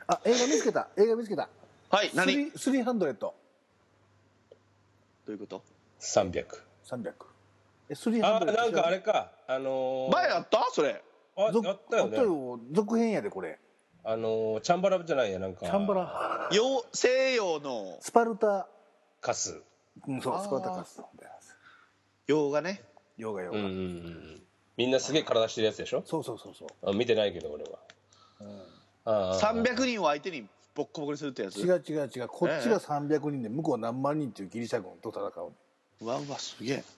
あ、映画見つけた。 はい、何 300。 どういうこと？ 300。 300。 あ、なんかあれか。 前やったそれ。 あ、やったよね。 続編やで、これ。 チャンバラじゃないや、なんか。 チャンバラ。 西洋の。 スパルタ。 カス。 うん、そう、スパルタカス。 洋画ね。 洋画。 みんなすげえ体してるやつでしょ？ そう。 あ、見てないけど、俺は。 300人を相手にボッコボコにするってやつ？ 違う。こっちが300人で、向こう何万人っていうギリシャ軍と戦う。 うわ、すげえ。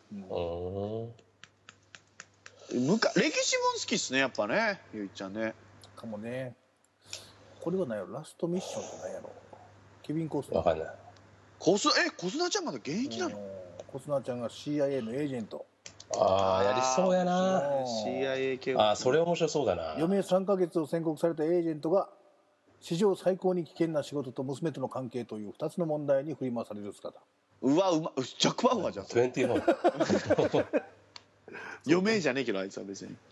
歴史も好きっすね、やっぱね、ゆいちゃんね。 かもね。これは何やろ、ラストミッションって何やろ。ケビン・コスナー。 わかんない。 コスナーちゃんまだ現役なの？ コスナーちゃんが CIA のエージェント。 ああ、やりそうやな。 CIA 系。 ああ、それ面白そうだな。 余命3ヶ月を宣告されたエージェントが史上最高に危険な仕事と娘との関係という2つの問題に振り回される姿。 うわ、ジャック・バウアーじゃん。 21。 余命じゃねえけど、あいつは別に。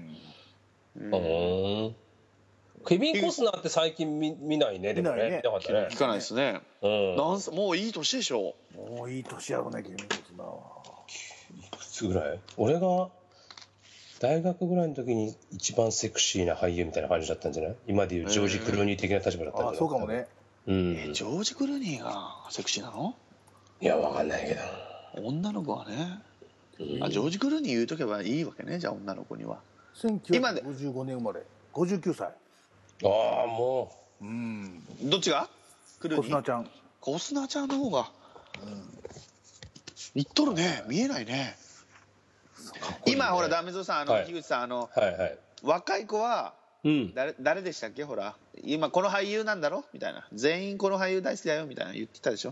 ケビン・コスナーって最近見ないね。でもね、見なかったね。 聞かないですね。もういい年でしょ。 もういい年やろね、ケビン・コスナーは。 いくつぐらい？俺が大学ぐらいの時に一番セクシーな俳優みたいな感じだったんじゃない？今でいうジョージ・クルーニー的な立場だったんじゃない？ あ、そうかもね。 ジョージ・クルーニーがセクシーなの？ いや、わかんないけど。 女の子はね。ジョージ・クルーニー言うとけばいいわけね、じゃあ女の子には。 1955年生まれ、59歳。 ああ、もう。どっちが？クルーニー？ コスナーちゃん。 コスナーちゃんの方が。言っとるね、見えないね。今ほら、ダメゾさん、樋口さん、若い子は誰でしたっけ？ほら、今この俳優なんだろみたいな、全員この俳優大好きだよみたいな言ってたでしょ。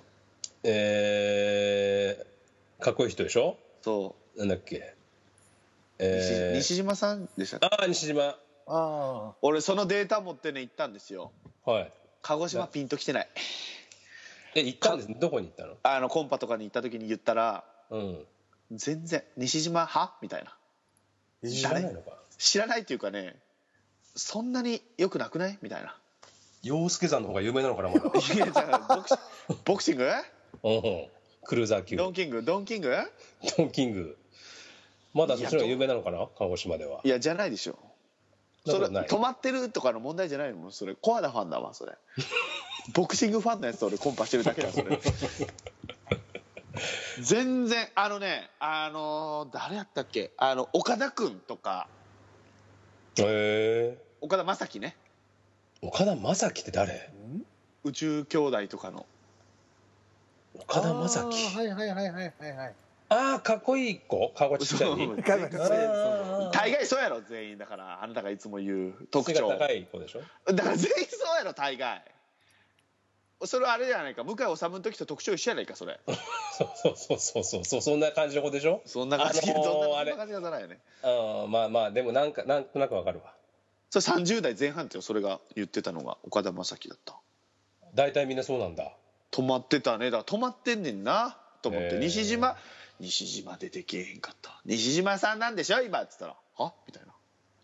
かっこいい人でしょ。 そう、 なんだっけ、 西島さんでしたっけ？ ああ、西島。 俺そのデータ持ってね行ったんですよ。鹿児島ピンときてない。 行ったんです。どこに行ったの？ コンパとかに行った時に言ったら、全然西島派みたいな。 知らないのか？ 知らないっていうかね、そんなによくなくないみたいな。 洋介さんの方が有名なのかな、まだ。 いや、ボクシング？ クルーザー級。 ドンキング。 まだそっちの方が有名なのかな、鹿児島では。 いや、じゃないでしょ。それ止まってるとかの問題じゃないの？それコアなファンだわ、それ。ボクシングファンのやつ俺コンパしてるだけだ、それ。全然誰やったっけ、岡田君とか。岡田将生ね。 岡田将生って誰？ 宇宙兄弟とかの岡田将生。ああ、かっこいい子、顔がちっちゃい。 大概そうやろ全員。だからあなたがいつも言う特徴。 背が高い子でしょ。 だから全員そうやろ大概。それはあれじゃないか、向井治の時と特徴一緒やないかそれ。 そうそんな感じの子でしょ。 そんな感じがさないよね。 まあでもなんとなくわかるわ。 それ30代前半ってそれが言ってたのが岡田将生だった。 大体みんなそうなんだ。 止まってたね。だから止まってんねんなと思って。西島出てけえへんかった。西島さんなんでしょ今っつったら、はみたいな。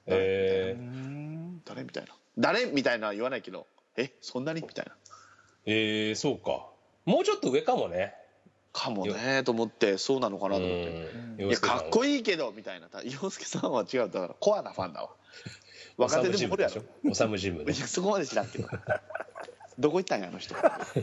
誰みたいな。誰みたいなは言わないけど、そんなにみたいな。 そうか。もうちょっと上かもね。 かもねと思って、そうなのかなと思って。いや、かっこいいけどみたいな。洋介さんは違う。だからコアなファンだわ。若手でもこれやろ。 オサムジムね。 そこまで知らんけど。どこ行ったんやあの人。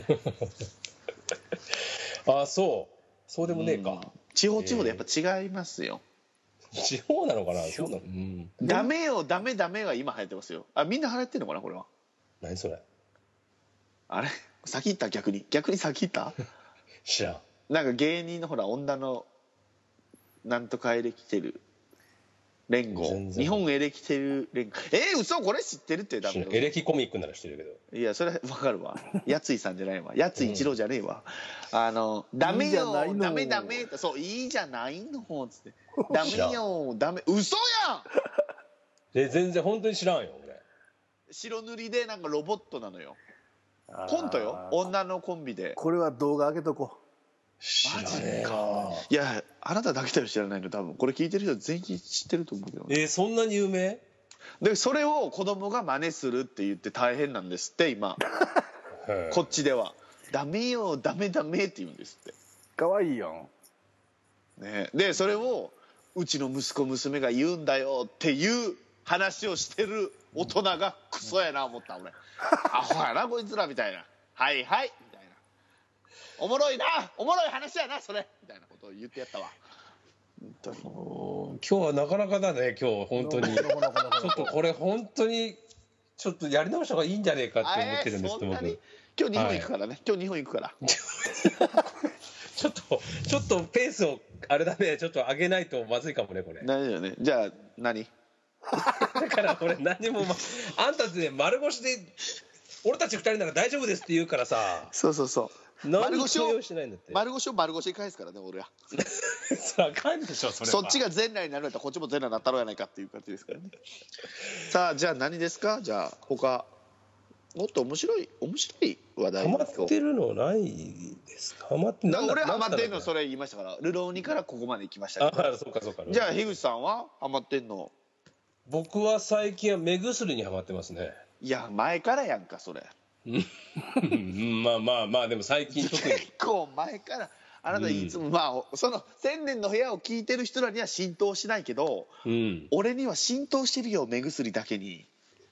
あ、そうでもねえか。 地方でやっぱ違いますよ。 地方なのかな。そうなの。 ダメよダメが今流行ってますよ。みんな流行ってんのかなこれは。 何それ。 あれ先行った？逆に先行った？ 知らん。 なんか芸人のほら女のなんとかエレキテル連合、日本エレキテル連合。嘘、これ知ってるって。ダメ。 エレキコミックなら知ってるけど。 いや、それ分かるわ。やついさんじゃないわ。やつい一郎じゃねえわ。ダメよダメって。そう、いいじゃないのつって。ダメよダメ。嘘やん。 全然本当に知らんよ俺。 白塗りでなんかロボットなのよ。コントよ、女のコンビで。 これは動画上げとこう。 知らねえな。 いや、あなただけだよ知らないの。多分これ聞いてる人全員知ってると思うけど。 そんなに有名？ でそれを子供が真似するって言って大変なんですって今こっちではダメよダメダメって言うんですってかわいいよ、 ね、でそれをうちの息子娘が言うんだよっていう話をしてる大人がクソやな思った俺アホやなこいつらみたいなはいはいみたいなおもろいなおもろい話やなそれみたいなことを言ってやったわ今日はなかなかだね今日本当にちょっとこれ本当にちょっとやり直した方がいいんじゃねえかって思ってるんですけど僕今日日本行くからね、はい、今日日本行くからちょっとペースをあれだねちょっと上げないとまずいかもねこれ大丈夫ねじゃあ何だからこれ何も、あんたってね丸腰で俺たち2人なら大丈夫ですって言うからさそうそうそう丸腰を丸腰を丸腰で返すからね俺はそれあかんでしょそれはそっちが全裸になるんやったらこっちも全裸になったろうやないかっていう感じですからねさあじゃあ何ですかじゃあ他もっと面白い話題ハマってるのないですかハマって俺ハマってんのそれ言いましたからルローニからここまで行きましたけどそうかじゃあ樋口さんはハマってんの僕は最近は目薬にハマってますねいや前からやんかそれまあでも最近特に結構前からあなたいつも、まあその千年の部屋を聞いてる人らには浸透しないけど、俺には浸透してるよ目薬だけに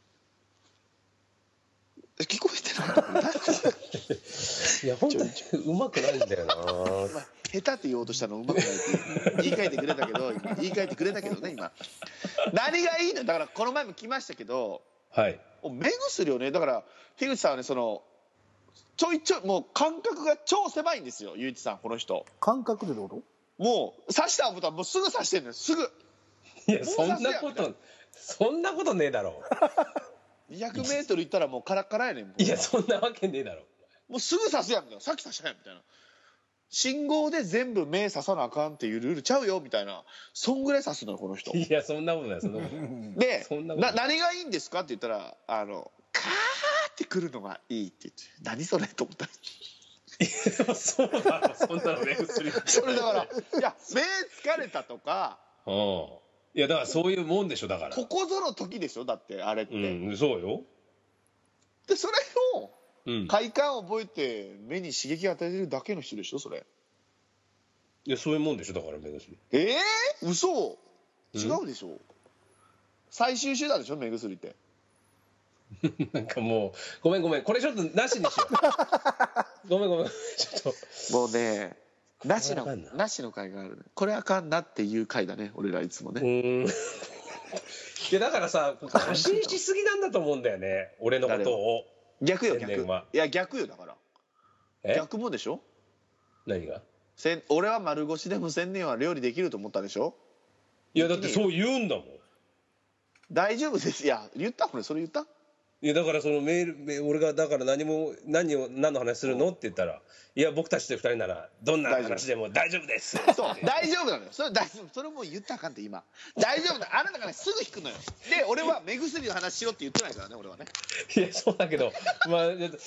聞こえてないいや本当にうまくないんだよな下手って言おうとしたのうまくないって言い換えてくれたけどね今何がいいのだからこの前も来ましたけどはい目薬をねだから樋口さんはねそのちょいもう感覚が超狭いんですよゆういちさんこの人感覚でどういうこもう刺した思ったらもうすぐ刺してんのよすぐいやそんなことねえだろ 200m 行ったらもうカラッカラやねんいやそんなわけねえだろもうすぐ刺すやんみたいなさっき刺したやんみたいな信号で全部目刺さなあかんっていうルールちゃうよみたいなそんぐらい刺すのよこの人いやそんなことないそんなことないで何がいいんですかって言ったらカーってくるのがいいって言って何それと思ったらそうだろそんなの目薬それだからいや目疲れたとかいやだからそういうもんでしょだからここぞの時でしょだってあれってそうよでそれを快感を覚えて目に刺激を与えてるだけの人でしょそれいやそういうもんでしょだから目薬嘘違うでしょ最終手段でしょ目薬ってなんかもうごめんこれちょっとなしにしようごめんちょっともうねなしの回があるねこれあかんなっていう回だね俺らいつもねいやだからさ過信しすぎなんだと思うんだよね俺のことを逆よいや逆よだから逆もでしょ何が俺は丸腰でも千年は料理できると思ったでしょいやだってそう言うんだもん大丈夫ですいや言った俺それ言ったいやだからその俺がだから何の話するのって言ったらいや僕たちで2人ならどんな話でも大丈夫ですそう大丈夫なのよそれもう言ったらあかんって今大丈夫だあなたがねすぐ引くのよで俺は目薬の話しろって言ってないからね俺はねいやそうだけどまあ俺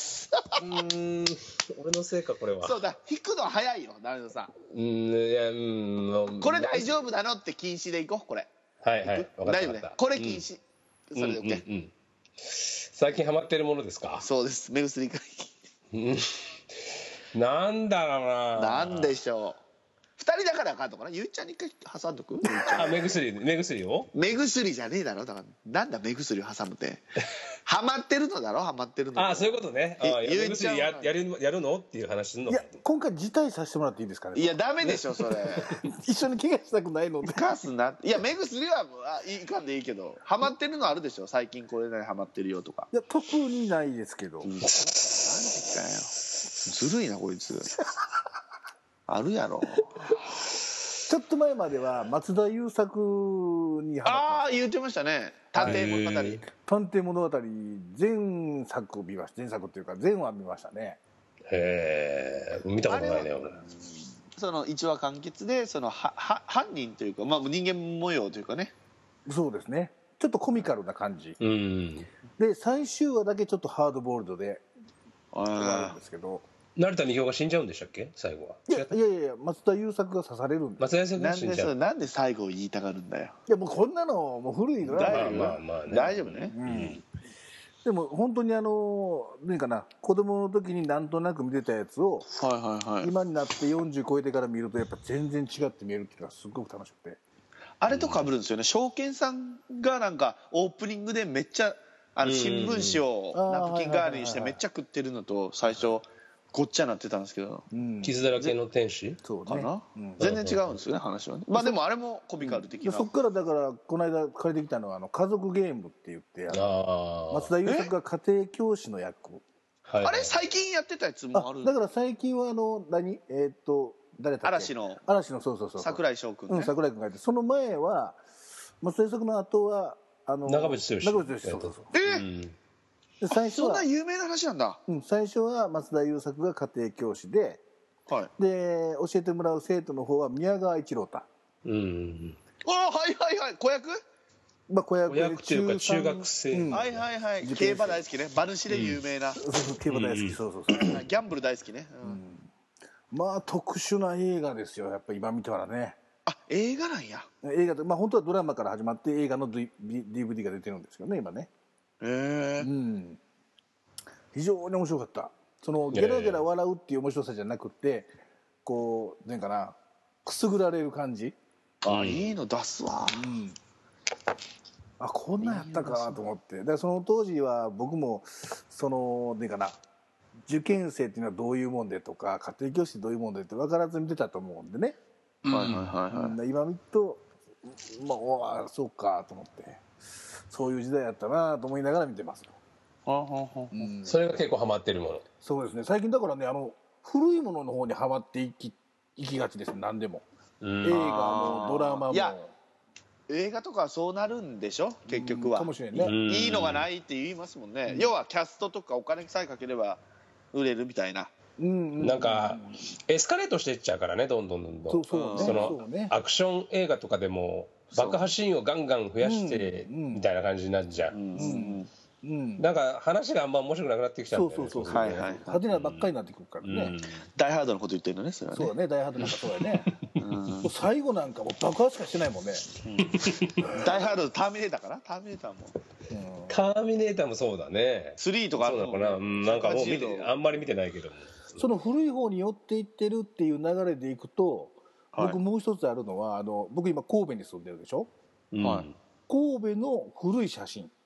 のせいかこれはそうだ引くのは早いよダメださこれ大丈夫なのって禁止でいこうこれはい分かった大丈夫ねこれ禁止それで OK 最近ハマってるものですかそうです目薬会議なんだろうななんでしょう2人だからあかんとかなゆうちゃんに一回挟んどく目薬を目薬じゃねえだろだからなんだ目薬を挟むってハマってるのだろハマってるのそういうことね目薬やるのっていう話するのいや今回辞退させてもらっていいですかねいやダメでしょそれ一緒に怪我したくないのでかすないや目薬はいかんでいいけどハマってるのあるでしょ最近これなりハマってるよとかいや特にないですけどマジかよずるいなこいつあるやろちょっと前までは松田優作にハマって言ってましたね探偵物語前作を見ました前作っていうか前話見ましたね見たことないね俺その1話完結でその犯人というか、人間模様というかねそうですねちょっとコミカルな感じで最終話だけちょっとハードボールドで終わるんですけど成田美穂が死んじゃうんでしたっけ最後は。 いや松田優作が刺されるんで。 松田優作が死んじゃう。 なんで最後言いたがるんだよ。 いやもうこんなのもう古いドラマ。まあ大丈夫ね。 でも本当に何かな、子供の時になんとなく見てたやつを、今になって40超えてから見るとやっぱ全然違って見えるっていうのがすごく楽しくて。 あれと被るんですよね。証券さんがなんかオープニングでめっちゃ新聞紙をナプキン代わりにしてめっちゃ食ってるのと最初ごっちゃなってたんですけど、 傷だらけの天使かな、全然違うんですよね話はね。まあでもあれもコミカル的な。 そっからだからこの間借りてきたのは家族ゲームって言って松田優作が家庭教師の役。 あれ最近やってたやつもある。 だから最近は誰だっけ、 嵐のそう櫻井翔くんね。 櫻井君がいて、その前は松田優作の後は長渕剛。 そう最初はそんな有名な話なんだ。 最初は松田優作が家庭教師で、で教えてもらう生徒の方は宮川一郎太。 はい子役。 子役っていうか中学生。 競馬大好きね。馬主で有名な。 競馬大好き。そうギャンブル大好きね。 まあ特殊な映画ですよやっぱ今見たらね。 映画なんや。 映画で本当はドラマから始まって映画の DVD が出てるんですけどね今ね。非常に面白かった。そのゲラゲラ笑うっていう面白さじゃなくて、こうなんかなくすぐられる感じ。 いいの出すわ。 こんなんやったかと思って。だからその当時は僕もそのなんかな受験生っていうのはどういうもんでとか家庭教師ってどういうもんでって分からず見てたと思うんでね。今見るとそうかと思って、そういう時代やったなと思いながら見てます。 それが結構ハマってるもの。 そうですね。最近だからね古いものの方にハマっていきがちです。何でも映画もドラマも。いや映画とかそうなるんでしょ結局は。 かもしれんね。 いいのがないって言いますもんね。要はキャストとかお金さえかければ売れるみたいな。 なんかエスカレートしていっちゃうからねどんどん。そのアクション映画とかでも爆破シーンをガンガン増やしてみたいな感じになるじゃん。なんか話があんま面白くなくなってきちゃうんだよね。 派手なばっかりになってくるからね。 ダイハードのこと言ってるのねそれはね。 そうだね、ダイハードなんかそうだね。最後なんかもう爆破しかしてないもんね。 ダイハードターミネーターかな。ターミネーターも。 ターミネーターもそうだね。 3とかあるのかな。 なんかもうあんまり見てないけども。 その古い方に寄っていってるっていう流れでいくと、僕もう一つあるのは僕今神戸に住んでるでしょ。神戸の古い写真。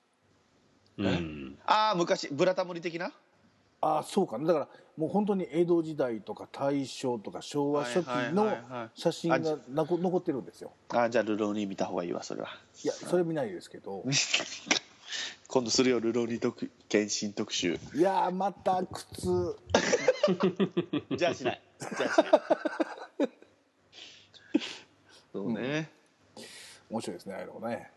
昔ブラタモリ的な。 そうかね。だからもう本当に江戸時代とか大正とか昭和初期の写真が残ってるんですよ。 じゃあルローニー見た方がいいわそれは。 いやそれ見ないですけど今度するよルローニー検診特集。 いやまた靴じゃあしないそうね、 面白いですねああいうのね。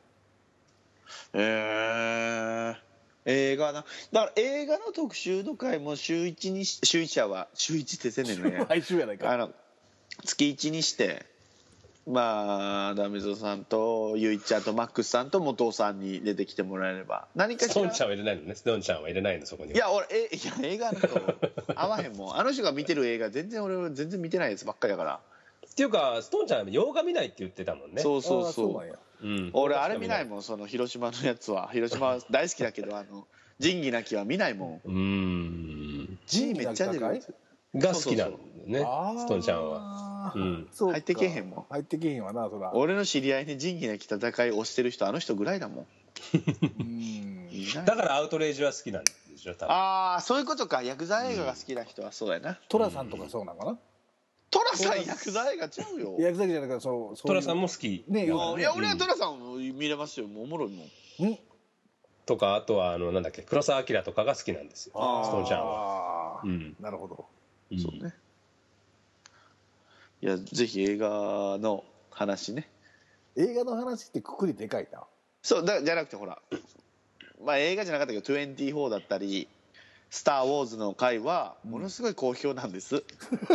映画な。だから映画の特集の回も週1ってせんねんね。 毎週やないか。 月1にしてダメゾさんとゆいちゃんとマックスさんと元尾さんに出てきてもらえれば。何かしら。 ストンちゃんは入れないのね。ストンちゃんは入れないのそこに。 いや俺映画の人合わへんもん。あの人が見てる映画俺は全然見てないやつばっかりだから。 っていうかストンちゃんは洋画見ないって言ってたもんね。 そう、俺あれ見ないもん。その広島のやつは。広島大好きだけど仁義なきは見ないもん。仁義めっちゃ出るが好きなのねストンちゃんは。 入ってけへんもん。 入ってけへんわなそら。 俺の知り合いに仁義なき戦いをしてる人あの人ぐらいだもん。 だからアウトレイジは好きなんでしょ多分。 そういうことか。ヤクザ映画が好きな人はそうやな。 寅さんとかそうなのかな。 寅さんヤクザ映画ちゃうよ。 ヤクザ映画じゃなくて寅さんも好きね。いや俺は寅さん見れますよ。もうおもろいもん。 とかあとはなんだっけ黒澤明とかが好きなんですよストンちゃんは。 なるほど。 そうね。いやぜひ映画の話ね。 映画の話ってくくりでかいな。 そうじゃなくてほら映画じゃなかったけど24だったりスター・ウォーズの回はものすごい好評なんです。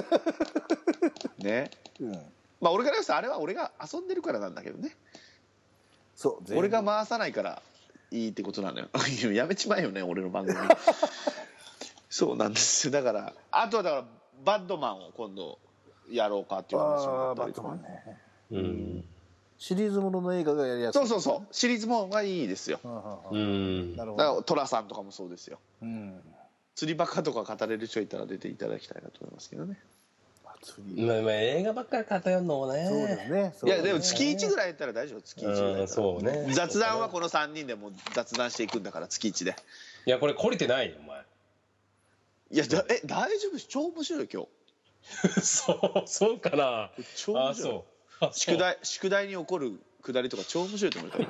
ね。俺から言うとあれは俺が遊んでるからなんだけどね。俺が回さないからいいってことなのよ。やめちまえよね俺の番組。 そうなんですよ。だからあとはだからバッドマンを今度やろうかっていう話もあったりとかね。 シリーズものの映画がやりやすい。 そうシリーズものがいいですよ。なるほど。寅さんとかもそうですよ。釣りバカとか語れる人いたら出ていただきたいなと思いますけどね。 映画ばっかり語るのもね。 そうですね。 いやでも月1ぐらいやったら大丈夫。月1ぐらいやったら。そうね。雑談はこの3人でも雑談していくんだから月1で。 いやこれ懲りてないよお前。 いや大丈夫です。超面白い今日。そうかな。 超面白い。宿題に起こるくだりとか超面白いと思うから。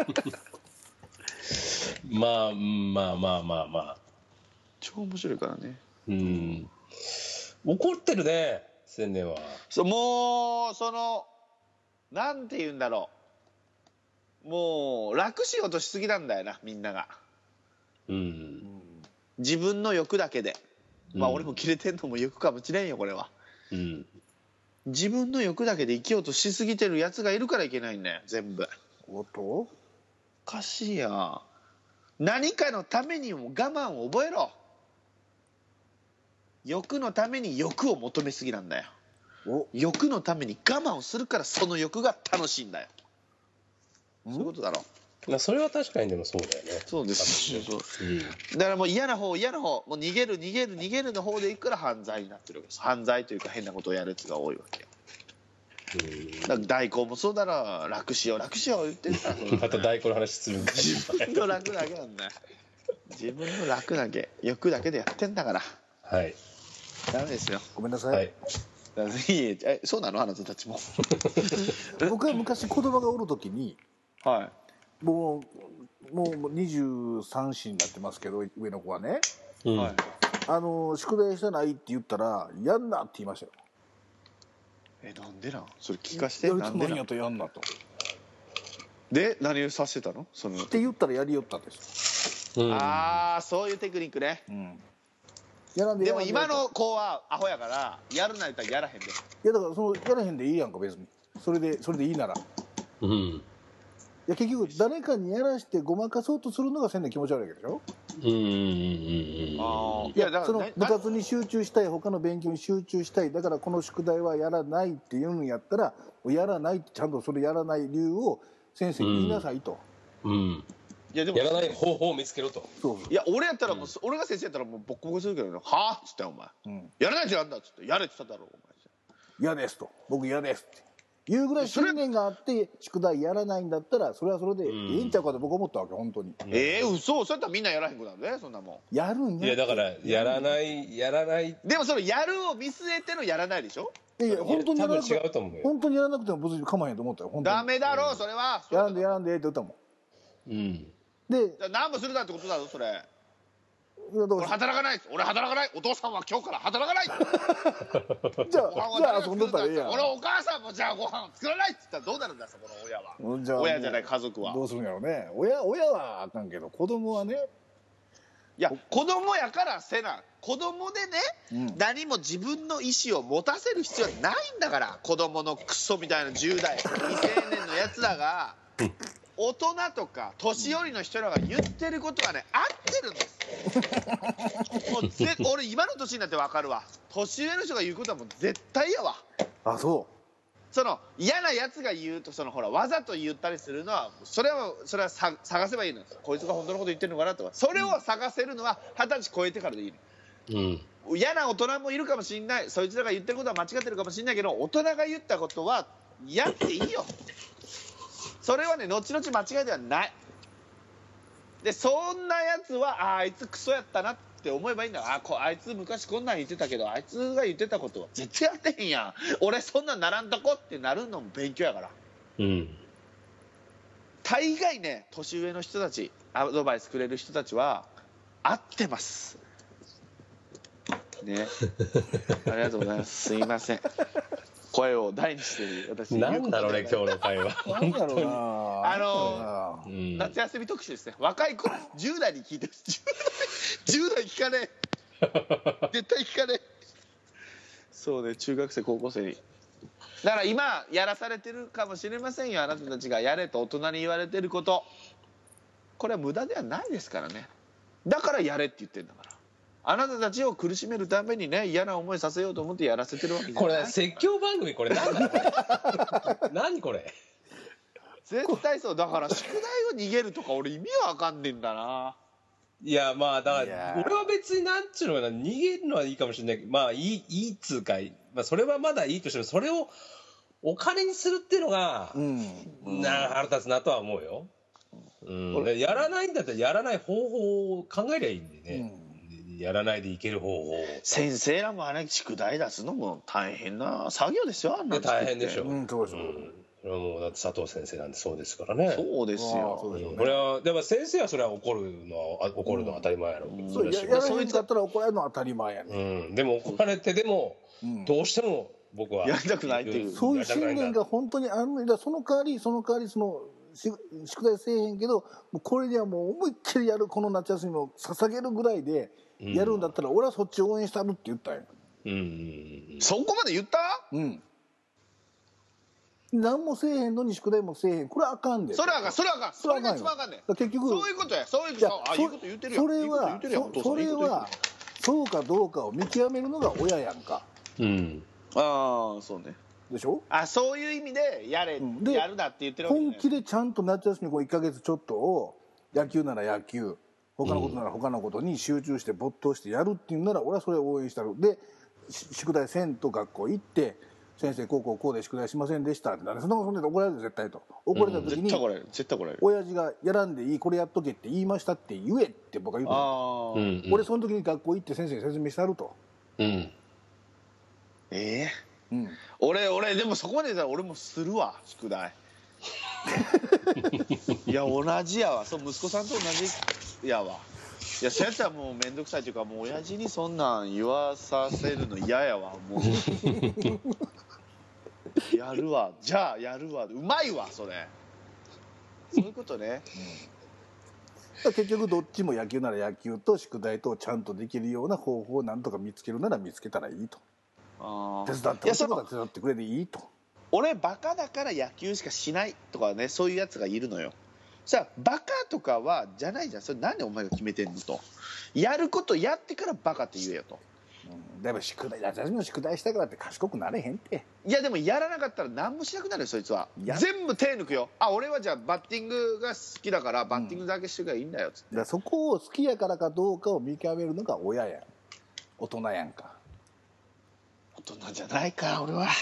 まあ。 超面白いからね。 怒ってるね千年は。 もうなんて言うんだろう、もう楽しようとしすぎなんだよなみんなが。自分の欲だけで、まあ俺もキレてんのも欲かもしれんよこれは。自分の欲だけで生きようとしすぎてるやつがいるからいけないんだよ全部。おかしいや。何かのためにも我慢を覚えろ。欲のために欲を求めすぎなんだよ。欲のために我慢をするからその欲が楽しいんだよ。そういうことだろ。 それは確かにでもそうだよね。 そうです。だからもう嫌な方もう逃げるの方でいくから犯罪になってるわけです。犯罪というか変なことをやるやつが多いわけよ。だから大根もそうだろ。楽しよう言ってるからまた大根の話するんだ。 自分の楽だけなんだよ。自分の楽だけ欲だけでやってんだから。 はい。 ダメですよ。 ごめんなさい。 そうなのあなたたちも。 僕は昔子供がおる時に、もう23歳になってますけど上の子はね、宿題してないって言ったらやんなって言いましたよ。 なんでなんそれ聞かして。 なんでやとやんなと。 で何をさせてたのって言ったらやりよったんです。 そういうテクニックね。でも今の子はアホやからやるな言ったらやらへんで。いやだからやらへんでいいやんか別に。それでいいなら。いや結局誰かにやらしてごまかそうとするのがせんで気持ち悪いわけでしょ。いやだから部活に集中したい、他の勉強に集中したい、だからこの宿題はやらないって言うんやったらやらないってちゃんとそれやらない理由を先生に言いなさいと。 いやでもやらない方法を見つけろと。 いや俺やったらもう俺が先生やったらもうボッコボコするけどね。はあっつってお前やらないとやんだっつってやれって言っただろお前。嫌ですと。僕嫌ですっていうぐらい信念があって宿題やらないんだったらそれはそれでいいんちゃうかと僕思ったわけ本当に。 嘘。そうやったらみんなやらへんくなるねそんなもん。 やるんや。 いやだからやらない。 でもそのやるを見据えてのやらないでしょ。 いや本当にやらなくて違うと思うよ。 本当にやらなくても別に構わへんと思ったよ。 ダメだろそれは。 やらんでって言ったもん。で何もするなってことだぞそれ。俺働かないです。俺働かない。お父さんは今日から働かない。 じゃあ遊んどったらいいやん。 俺お母さんもじゃあご飯を作らないって言ったらどうなるんだそこの親は。親じゃない家族は。 どうするんやろうね。親はあかんけど子供はね。 いや子供やからせな。子供でね、何も自分の意思を持たせる必要はないんだから。子供のクソみたいな10代未成年のやつらが大人とか年寄りの人らが言ってることはね合ってるんです。もう俺今の年になって分かるわ。年上の人が言うことはもう絶対やわ。その嫌なやつが言うとほらわざと言ったりするのはそれは探せばいいの。こいつが本当のこと言ってるのかなとかそれを探せるのは20歳超えてからでいいの。嫌な大人もいるかもしれない。そいつらが言ってることは間違ってるかもしれないけど大人が言ったことはやっていいよ。それはね後々間違いではない。でそんなやつはあいつクソやったなって思えばいいんだ。あいつ昔こんなん言ってたけどあいつが言ってたことは絶対やってへんやん。俺そんなんならんとこってなるのも勉強やから。大概ね年上の人たちアドバイスくれる人たちは合ってますね。ありがとうございます。すいません。声を大にしてる私。 なんだろうね今日の会話。 なんだろうな。夏休み特集ですね。若い子10代に聞いてる。10代聞かねえ。絶対聞かねえ。そうね中学生高校生に。だから今やらされてるかもしれませんよ。あなたたちがやれと大人に言われてること。これは無駄ではないですからね。だからやれって言ってんだから。 あなたたちを苦しめるためにね、嫌な思いさせようと思ってやらせてるわけじゃない。 これ説教番組、これ何だこれ何これ。 絶対そう。だから宿題を逃げるとか俺意味わかんねえんだな。 いやまあだから俺は別になんちゅうのかな、逃げるのはいいかもしれないけど、まあいいっつうか、まあ、それはまだいいとしても、それをお金にするっていうのが、腹立つなとは思うよ。やらないんだったらやらない方法を考えりゃいいんでね、やらないでいける方法。 先生らも宿題出すのも大変な作業ですよ。あんな大変でしょ。そうそう。それはもうだって佐藤先生なんてそうですからね。 そうですよ。 これはでも先生はそれは怒るのは当たり前やろ。 やらへんかったら怒られるのは当たり前やね。 でも怒られてでもどうしても僕はやりたくないっていう、 そういう信念が本当にあるのに、その代わりその宿題せえへんけど、これにはもう思いっきりやる、この夏休みを捧げるぐらいでやるんだったら、俺はそっち応援したるって言ったんや。 そこまで言った？ 何もせえへんのに宿題もせえへん、これはあかんで。 それはあかん、それはあかん、それが一番あかんねん。 結局そういうことや、そういうこと。あ、いいこと言ってるやん。 それはそうかどうかを見極めるのが親やんか。 ああ、そうね。 でしょ。 あ、そういう意味でやるなって言ってるわけね。 本気でちゃんと夏休み1ヶ月ちょっとを野球なら野球、他のことなら他のことに集中して没頭してやるっていうなら、俺はそれを応援したる。で宿題せんと学校行って、先生こうで宿題しませんでしたって、そんなことで怒られる絶対と。怒られた時に絶対怒られる。 親父がやらんでいい、これやっとけって言いましたって言えって僕は言うと、俺その時に学校行って先生に説明してあると。 俺でもそこまで言ったら俺もするわ、宿題。いや同じやわ、そう息子さんと同じやわ。いやそうやったらもう面倒くさいというか、もう親父にそんなん言わさせるの嫌やわ、もう。やるわ、じゃあやるわ、うまいわそれ。そういうことね。 結局どっちも野球なら野球と宿題とちゃんとできるような方法をなんとか見つけるなら見つけたらいいと。手伝ってほしいことは手伝ってくれでいいと。 俺バカだから野球しかしないとかね、そういうやつがいるのよ。さあバカとかはじゃないじゃん。それなんでお前が決めてんのと。やることやってからバカって言えよと。 でも夏休みの宿題したからって賢くなれへんって。 いやでもやらなかったら何もしなくなるよそいつは。全部手抜くよ。あ、俺はじゃあバッティングが好きだからバッティングだけしてくればいいんだよっつって。 そこを好きやからかどうかを見極めるのが親やん、大人やんか。 大人じゃないか俺は。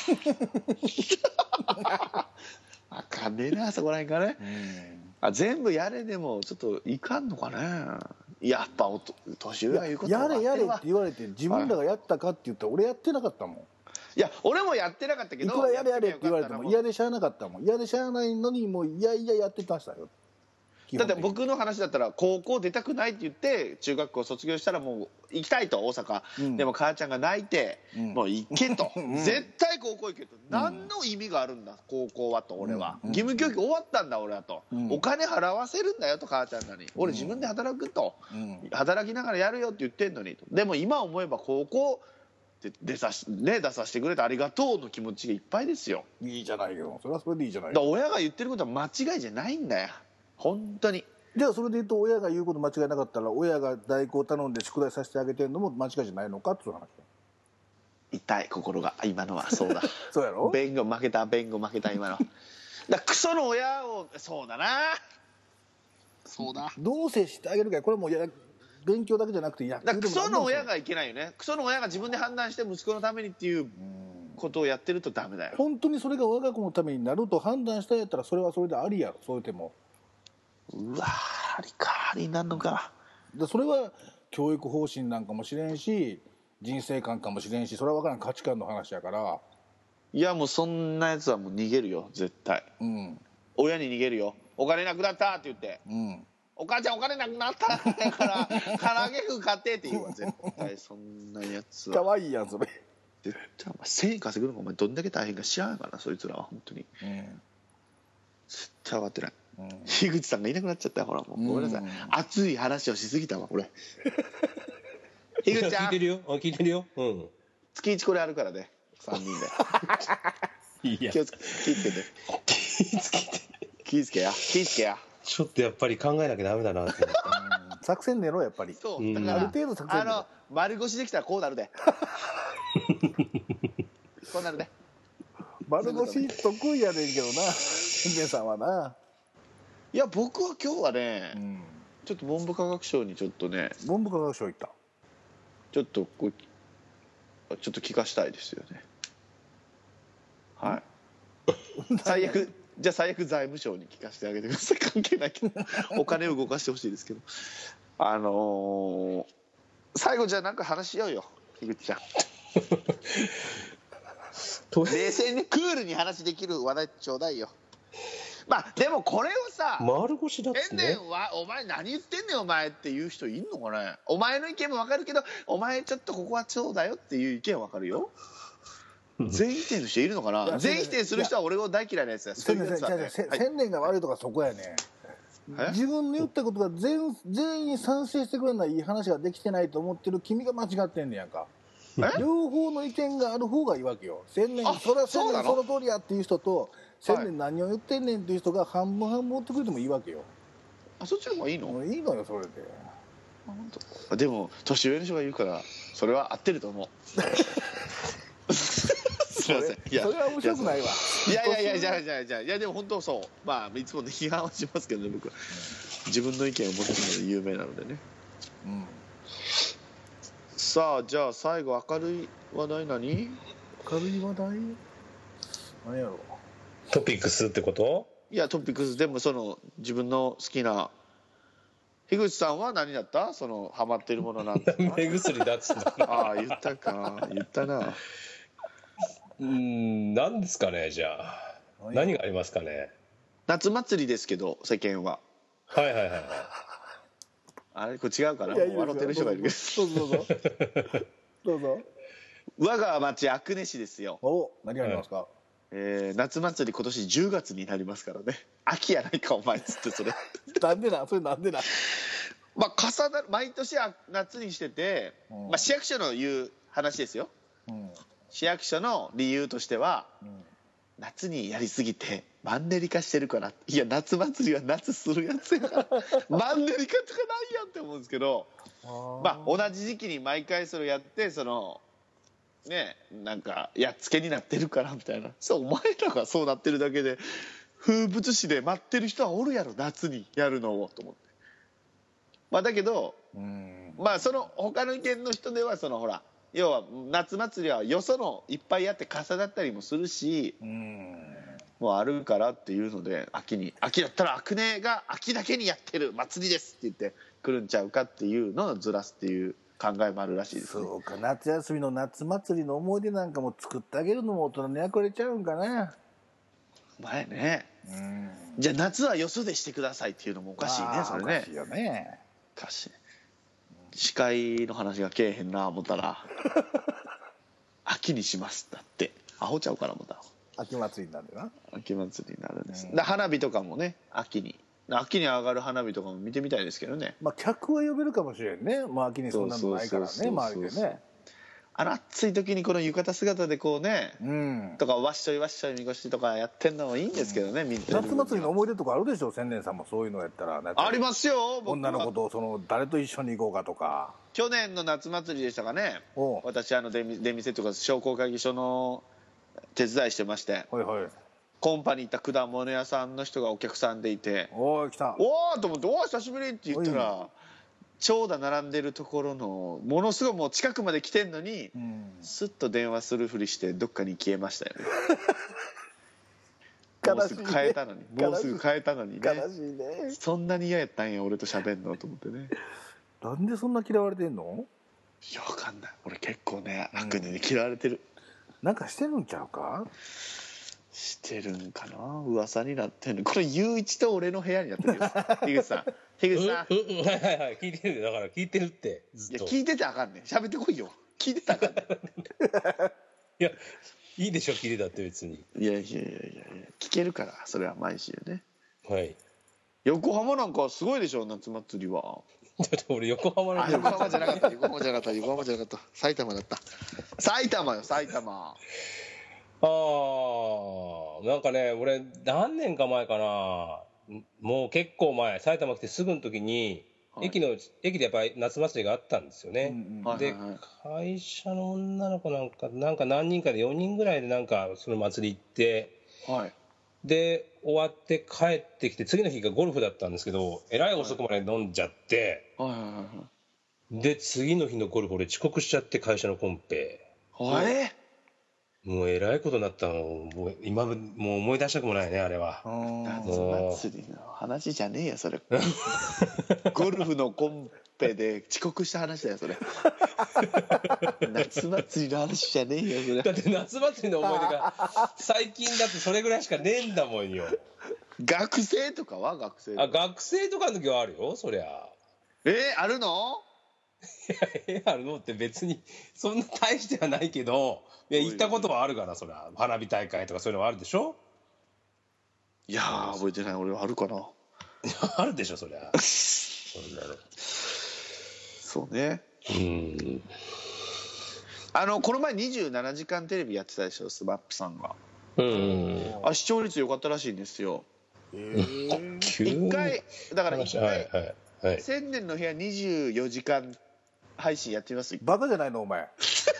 あかんねえなそこらへんからね。全部やれでもちょっといかんのかね。やっぱ年上は言うことやれやれって言われて自分らがやったかって言ったら俺やってなかったもん。 いや俺もやってなかったけど、 いくらやれやれって言われても嫌でしゃあなかったもん。嫌でしゃあないのにもういややってましたよ。 だって僕の話だったら高校出たくないって言って中学校卒業したらもう行きたいと大阪、でも母ちゃんが泣いて、もう行けと、絶対高校行けと、何の意味があるんだ高校はと。俺は義務教育終わったんだ俺はと、お金払わせるんだよと母ちゃんらに、俺自分で働くと、働きながらやるよって言ってんのにと。でも今思えば高校出させてくれてありがとうの気持ちがいっぱいですよ。 いいじゃないよ、それはそれでいいじゃないよ。 だから親が言ってることは間違いじゃないんだよ本当に。 じゃあそれで言うと親が言うこと間違いなかったら親が代行頼んで宿題させてあげてるのも間違いじゃないのかっていう話。 痛い心が今のは。そうだそうやろ。 弁護負けた今の。だクソの親を。そうだな、そうだ。 どう接してあげるか、これも勉強だけじゃなくて野球でも。 クソの親がいけないよね。クソの親が自分で判断して息子のためにっていうことをやってるとダメだよ。 本当にそれが我が子のためになると判断したんやったらそれはそれでありやろ。そう言ってもうわありかありなんのか。 それは教育方針なんかもしれんし人生観かもしれんし、それは分からん価値観の話やから。 いやもうそんなやつはもう逃げるよ絶対。親に逃げるよ。お金なくなったって言って、お母ちゃんお金なくなったから唐揚げ風買ってって言うわ絶対。そんなやつはかわいいやんそれ。 絶対お前1000円稼ぐのがお前どんだけ大変か知らんからなそいつらは本当に。絶対分かってない。樋口さんがいなくなっちゃったよ。ほらもうごめんなさい、熱い話をしすぎたわ俺。樋口ちゃん聞いてるよ聞いてるよ。 月1これあるからね3人で。気をつけて気をつけや。 ちょっとやっぱり考えなきゃダメだなって思った。 作戦練ろやっぱり。 そうだから、ある程度作戦練ろ。丸腰できたらこうなるでこうなるで。 丸腰得意やねんけどな天然さんはな。 いや僕は今日はね、ちょっと文部科学省にちょっとね、 文部科学省行った。 ちょっと聞かしたいですよね。はい最悪財務省に聞かせてあげてください。関係ないけどお金を動かしてほしいですけど、最後じゃあなんか話しようよ樋口ちゃん冷静にクールに話できる話題ちょうだいよ。まあでもこれをさ、 丸腰だってね、 天然はお前何言ってんねんお前っていう人いんのかね。お前の意見も分かるけど、お前ちょっとここはそうだよっていう意見は分かるよ全否定の人いるのかな。全否定する人は俺を大嫌いなやつだ。そういうやつはね。 千年が悪いとかそこやね。自分の言ったことが全員賛成してくれないいい話ができてないと思ってる君が間違ってんねやんか。両方の意見がある方がいいわけよ。千年それは千年その通りやっていう人と、千年何を言ってんねんっていう人が半分半分追ってくれてもいいわけよ。 あ、そっちの方がいいの？ いいのよそれで。 でも年上の人が言うからそれは合ってると思うすいません。 それは面白くないわ。 いやじゃあいやでも本当そう。まあいつもね批判はしますけどね、僕は自分の意見を持ってるので有名なのでね。さあじゃあ最後明るい話題何？ 明るい話題？何やろう。 トピックスってこと？ いやトピックスでもその自分の好きな。樋口さんは何だった？そのハマってるものなんですか？ 目薬だっつった。 ああ言ったな。 何ですかね。じゃあ何がありますかね。 夏祭りですけど世間は。 はいあれこれ違うかな。笑ってる人がいるけど。 どうぞ。 我が町阿久根市ですよ。 お、何がありますか？ 夏祭り今年10月になりますからね。秋やないかお前っつってそれなんでな。 まあ重なる毎年夏にしてて、まあ市役所の言う話ですよ。市役所の理由としては、夏にやりすぎてマンネリ化してるから。いや夏祭りは夏するやつやからマンネリ化とかないやんって思うんですけど、まあ同じ時期に毎回それやってそのね、なんかやっつけになってるからみたいな。そうお前らがそうなってるだけで風物詩で待ってる人はおるやろ夏にやるのをと思って。まあだけどまあその他の意見の人ではそのほら要は夏祭りはよそのいっぱいやって重なったりもするしもうあるからっていうので秋だったら阿久根が秋だけにやってる祭りですって言って来るんちゃうかっていうのをずらすっていう考えもあるらしいですね。 そうか、夏休みの夏祭りの思い出なんかも作ってあげるのも大人に役割れちゃうんかな。 前ね。じゃあ夏はよそでしてくださいっていうのもおかしいね。それね。 おかしいよね。 おかしい。司会の話がけえへんな思ったら秋にしますだってアホちゃうから思ったら秋祭りになるな。 秋祭りになるんです。で花火とかもね秋に上がる花火とかも見てみたいですけどね。 まあ客は呼べるかもしれんね。まあ秋にそんなのないからね周りでね。 暑い時にこの浴衣姿でこうね、とかわっしょいみこしとかやってんのもいいんですけどね。 夏祭りの思い出とかあるでしょ。千年さんもそういうのやったら。 ありますよ。 女の子とその誰と一緒に行こうかとか。 去年の夏祭りでしたかね。私出店とか商工会議所の手伝いしてまして、コンパに行った果物屋さんの人がお客さんでいて、 おー来た、 おーと思って、おー久しぶりって言ったら長蛇並んでるところのものすごいもう近くまで来てんのに、スッと電話するふりしてどっかに消えましたよねもうすぐ変えたのにね。 悲しいね。 そんなに嫌やったんや俺と喋んのと思ってね。 なんでそんな嫌われてんの？ いやわかんない。俺結構ね阿久根に嫌われてる。 なんかしてるんちゃうか？ してるんかな。噂になってんの。これ雄一と俺の部屋になってるよ樋口さんはい聞いてる。だから聞いてるってずっと。 いや聞いててあかんねん。喋ってこいよ。聞いてたらあかんねんいやいいでしょ聞いてたって別に。 いや聞けるからそれは毎週ね。 はい。 横浜なんかすごいでしょ夏祭りは。 ちょっと俺横浜の。 横浜じゃなかった埼玉だった。埼玉よ埼玉。 なんかね俺何年か前かな、もう結構前埼玉来てすぐの時に駅でやっぱり夏祭りがあったんですよね。で、会社の女の子なんか何人かで4人ぐらいでなんかその祭り行って、で終わって帰ってきて次の日がゴルフだったんですけど、えらい遅くまで飲んじゃって、で次の日のゴルフ俺遅刻しちゃって、会社のコンペ。もうえらいことになったの。もう今もう思い出したくもないね、あれは。 夏祭りの話じゃねえよそれ。ゴルフのコンペで遅刻した話だよそれ。夏祭りの話じゃねえよそれ。 だって夏祭りの思い出が最近だってそれぐらいしかねえんだもんよ。 学生とかは学生とかの時はあるよ、そりゃ。 あるの？ あるのって別にそんな大してはないけど、行ったことはあるから、そりゃ花火大会とかそういうのはあるでしょ。 いやー覚えてない。俺はあるかな。 あるでしょそりゃ。そんなの。 そうね。この前27時間テレビやってたでしょ、スマップさんが。視聴率良かったらしいんですよ。一回だから千年の部屋24時間配信やってみます。 バカじゃないのお前。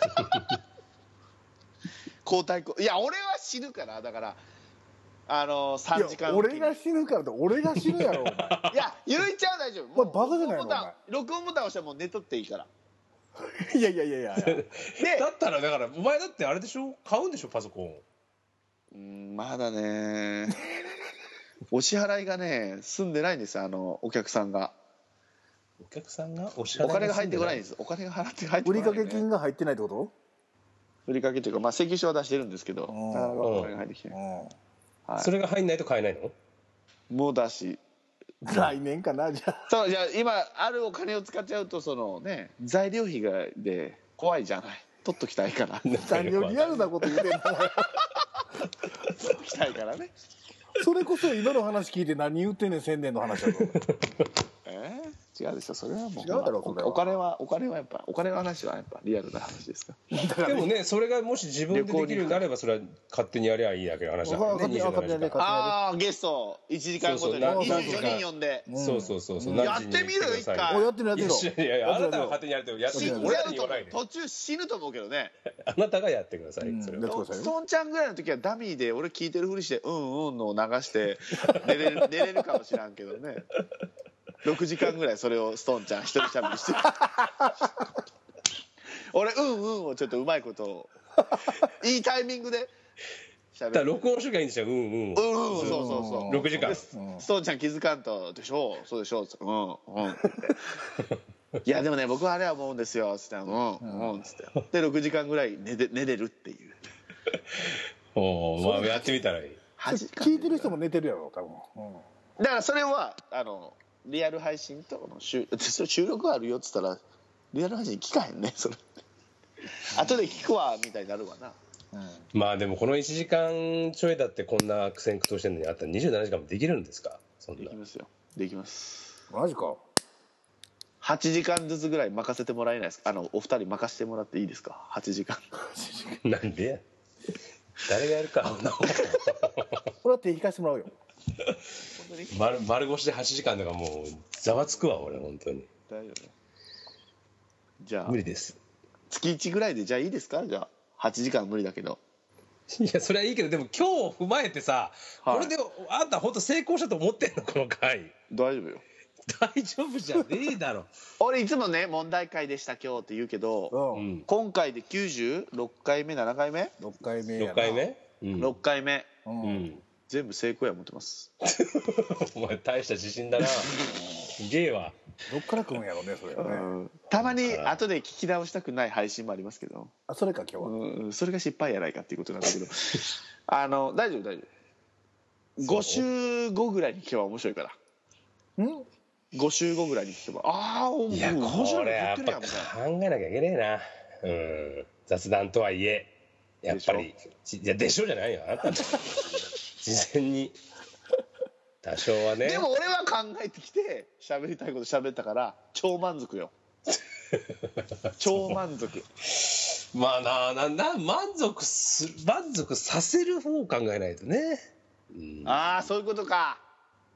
交代いや俺は死ぬからだから3時間俺が死ぬからって俺が死ぬやろお前。 いやゆるいちゃんは大丈夫。 もうバカじゃないのお前。 録音ボタン押したらもう寝とっていいから。 いやでだったらだからお前だってあれでしょ、買うんでしょパソコン。まだねお支払いがね済んでないんですよ。お客さんがお金が入ってこないんです。お金が払って入ってこない、 売掛金が入ってないってこと？ 売掛というかまあ請求書は出してるんですけど、お金が入ってきて、 それが入んないと買えないの？ もうだし来年かな。じゃあそう、じゃあ今あるお金を使っちゃうとそのね材料費で怖いじゃない。取っときたいから。 材料リアルなこと言うてんの。取っときたいからね。 それこそ今の話聞いて何言ってんねん、1000年の話だと。 違うでしょ、それはもう。 違うだろ、それは。 お金はやっぱ、お金の話はやっぱリアルな話ですか。 でもね、それがもし自分でできるようになれば、それは勝手にやりゃいいだけの話だからね。 ああ、ゲスト1時間ごとに24人呼んで。 そうやってみる一回。 やってみろ。 いや、あなたが勝手にやるとやってみる。 俺らに言わないで。途中死ぬと思うけどね。 あなたがやってください。 ストーンちゃんぐらいの時はダミーで俺聞いてるふりしてうんのを流して寝れるかもしらんけどね。6時間ぐらいそれをストーンちゃん一人しゃべりしてる。俺をちょっとうまいことをいいタイミングでだから録音しときゃいいんですよ。そう6時間ストーンちゃん気づかんとでしょう、そうでしょう、いやでもね僕はあれは思うんですよつってつってで6時間ぐらい寝れるっていう。 まあやってみたらいい。 聞いてる人も寝てるやろ多分。 だからそれはリアル配信と収録あるよっつったらリアル配信聞かへんねそれ。後で聞くわみたいになるわな。 まあでもこの1時間ちょいだってこんな苦戦苦闘してるのにあったら27時間もできるんですか？そんな。 できますよ。できます。 マジか。 8時間ずつぐらい任せてもらえないですか？お二人任せてもらっていいですか？8時間。 なんでや。誰がやるか。 これは手引かしてもらうよ。 丸腰で8時間とかもうざわつくわ俺本当に。 大丈夫ね。じゃあ無理です。 月1ぐらいでじゃあいいですか？じゃあ8時間は無理だけど。 いやそれはいいけどでも今日を踏まえてさ、これであんた本当成功したと思ってんのこの回？ 大丈夫よ。 大丈夫じゃねえだろ。 俺いつもね問題回でした今日って言うけど、今回で96回目7回目 6回目 6回目、 6回目、全部成功や思ってます。 お前大した自信だな。すげえわ。 どっから来るんやろうねそれはね。 たまに後で聞き直したくない配信もありますけど。 それか今日は。 それが失敗やないかっていうことなんだけど。大丈夫。5週後ぐらいに聞けば面白いから。5週後ぐらいに聞けばいやこれやっぱ考えなきゃいけねえな。雑談とはいえやっぱりいやでしょじゃないよあなた事前に多少はね。 でも俺は考えてきて喋りたいこと喋ったから超満足よ。超満足。 まあ満足させる方を考えないとね。 そういうことか。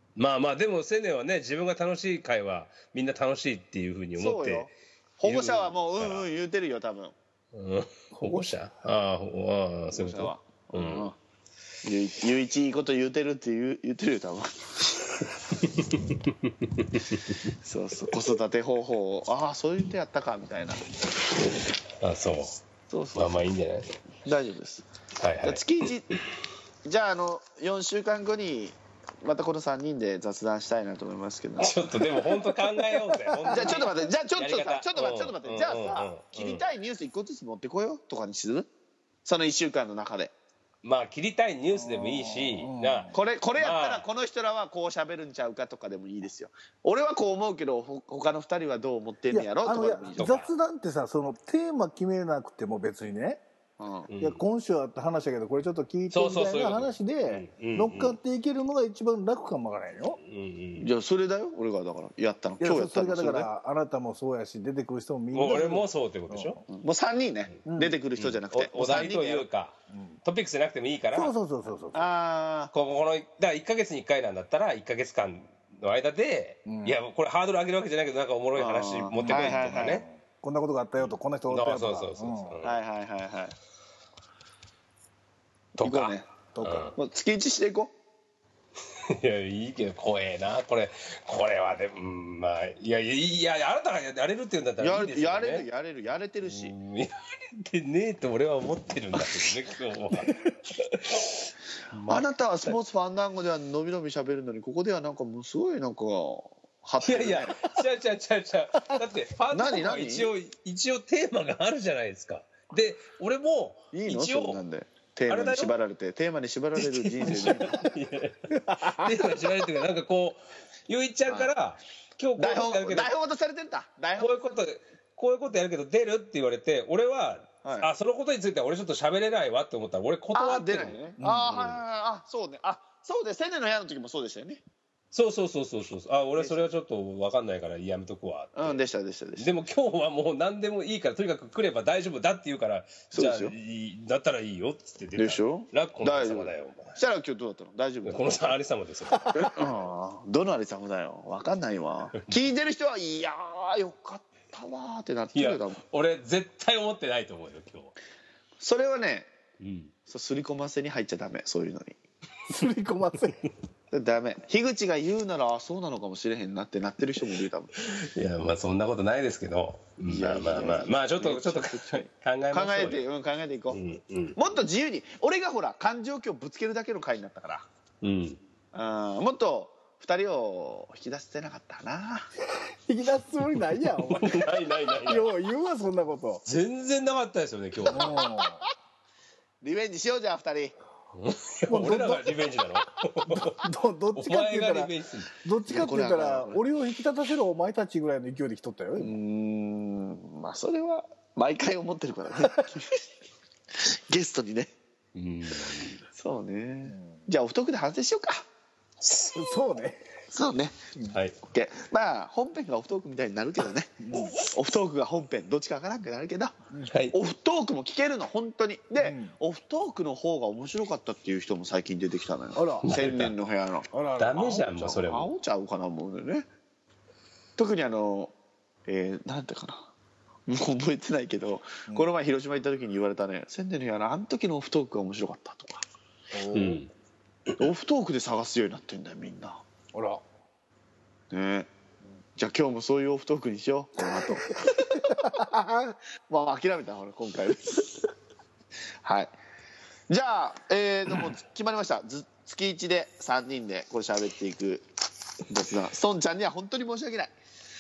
まあまあでも青年はね、自分が楽しい会はみんな楽しいっていうふうに思って保護者はもう言うてるよ多分。 保護者、ああそういうこと。 ゆういちいいこと言うてるって言ってるよ多分。そうそう、子育て方法をそういう手やったかみたいな。 そうまあいいんじゃない。 大丈夫です。はいはい。月1じゃあ4週間後にまたこの3人で雑談したいなと思いますけど。 ちょっとでも本当考えようぜ。 じゃあちょっと待って、じゃあちょっと待って、じゃあさ、切りたいニュース1個ずつ持ってこようとかにする？その1週間の中で。 まあ切りたいニュースでもいいし、 これやったらこの人らはこう喋るんちゃうかとかでもいいですよ。俺はこう思うけど他の2人はどう思ってんのやろとかでもいいとか。 雑談ってさ、そのテーマ決めなくても別にね、いや今週はって話だけどこれちょっと聞いてみたいな話で乗っかっていけるのが一番楽かもわからないよ。 じゃあそれだよ、俺がだからやったの。 今日やったの。それがだからあなたもそうやし出てくる人もみんな。 俺もそうってことでしょ。 もう3人ね、出てくる人じゃなくてお題というかトピックスじゃなくてもいいから。 そう。 このだから1ヶ月に1回なんだったら1ヶ月間の間で、いやこれハードル上げるわけじゃないけどなんかおもろい話持ってこいとかね。 こんなことがあったよと、こんな人おったよとか。 はいとかもう月1していこう。いやいいけど怖えなこれはでもまあいやあなたがやれるって言うんだったらいいですよね。 やれてるし。 やれてねえと俺は思ってるんだけどね今日は。 あなたはスポーツファンダンゴではのびのび喋るのにここではなんかもうすごいなんかいや違うだってファンダンゴは一応テーマがあるじゃないですか。で俺も一応なんでテーマに縛られる人生でテーマに縛られてるなんかこうゆいちゃんから今日台本渡されてんだ。 こういうことやるけど出るって言われて俺はそのことについては俺ちょっと喋れないわって思ったら俺断ってるのね。 そうね。そうで青年の部屋の時もそうでしたよね。 そう俺それはちょっと分かんないからやめとくわって。 でした。 でも今日はもう何でもいいからとにかく来れば大丈夫だって言うからじゃあだったらいいよっつって出た。 でしょ。 ラッコのありさまだよ。 そしたら今日どうだったの？大丈夫？ このありさまですよ。 どのありさまだよ。分かんないわ。聞いてる人はいやよかったわってなってるよ。 俺絶対思ってないと思うよ今日。 それはね、すり込ませに入っちゃダメ。そういうのにすり込ませダメ。樋口が言うならそうなのかもしれへんなってなってる人もいる多分。 いやまあそんなことないですけど、まあちょっと考えていこう。もっと自由に。俺がほら感情今日ぶつけるだけの回になったから、もっと2人を引き出せなかったな。 引き出すつもりないやんお前。 ないよう言うわそんなこと。 全然なかったですよね今日。 リベンジしようじゃあ2人。 俺らがリベンジなの？ どっちかって言ったら俺を引き立たせるお前たちぐらいの勢いで来とったよ。 まあそれは毎回思ってるからね。ゲストにね。そうね。じゃあオフトークで反省しようか。 そうね。 はい。 まあ本編がオフトークみたいになるけどね。オフトークが本編どっちかわからなくなるけど、オフトークも聞けるの本当に。で、オフトークの方が面白かったっていう人も最近出てきたのよ。千年の部屋の。 ダメじゃんもうそれも。 青ちゃうかな思うね。特になんてかな。もう覚えてないけど、この前広島行った時に言われたね。千年の部屋のあの時のオフトークが面白かったとか。オフトークで探すようになってんだよみんな。ね。じゃあ今日もそういうオフトークにしようこの後。まあ諦めたほら今回。はい。じゃあでも決まりました。月1で3人でこれ喋っていく雑談。トンちゃんには本当に申し訳ない。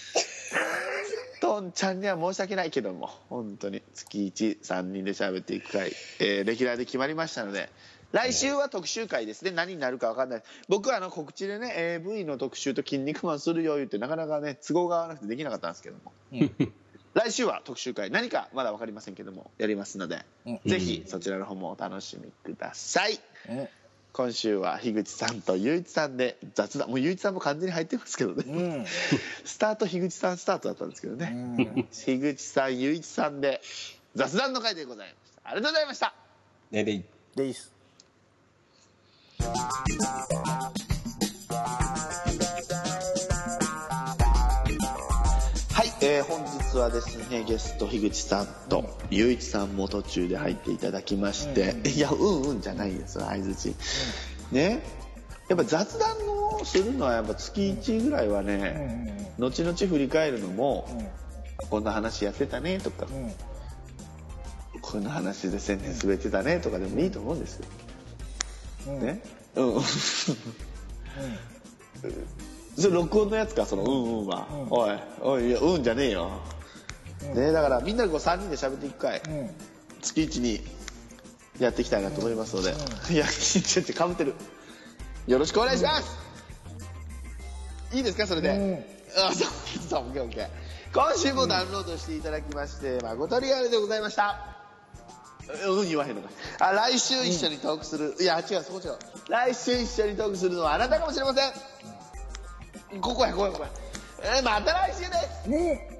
トンちゃんには申し訳ないけども本当に月13人で喋っていく回、レギュラーで決まりましたので。来週は特集会ですね。何になるか分かんない。僕は告知でね AV の特集と筋肉マンするよ言ってなかなかね都合が合わなくてできなかったんですけども、来週は特集会何かまだ分かりませんけどもやりますので、ぜひそちらの方もお楽しみください。今週は樋口さんとゆういちさんで雑談。もうゆういちさんも完全に入ってますけどね、スタート樋口さんスタートだったんですけどね、樋口さんゆういちさんで雑談の会でございました。ありがとうございました。 です。 はですね、ゲスト樋口さんと雄一さんも途中で入っていただきまして、いやうんじゃないですよ、相づちね。やっぱ雑談をするのはやっぱ月1ぐらいはね、後々振り返るのも、こんな話やってたねとか、こんな話で宣伝滑ってたねとかでもいいと思うんですよ、ね。それ録音のやつか、そのは、おいいやじゃねえよ、ね。だからみんなで3人で喋っていく回、月1にやっていきたいなと思いますので、いやちょっとかぶってる、よろしくお願いします。いいですか、それで。そう、オッケー。今週もダウンロードしていただきまして誠にありがとうございました。言わへんのか。来週一緒にトークする、いや違う、そこ違う。来週一緒にトークするのはあなたかもしれません。ここや。また来週です。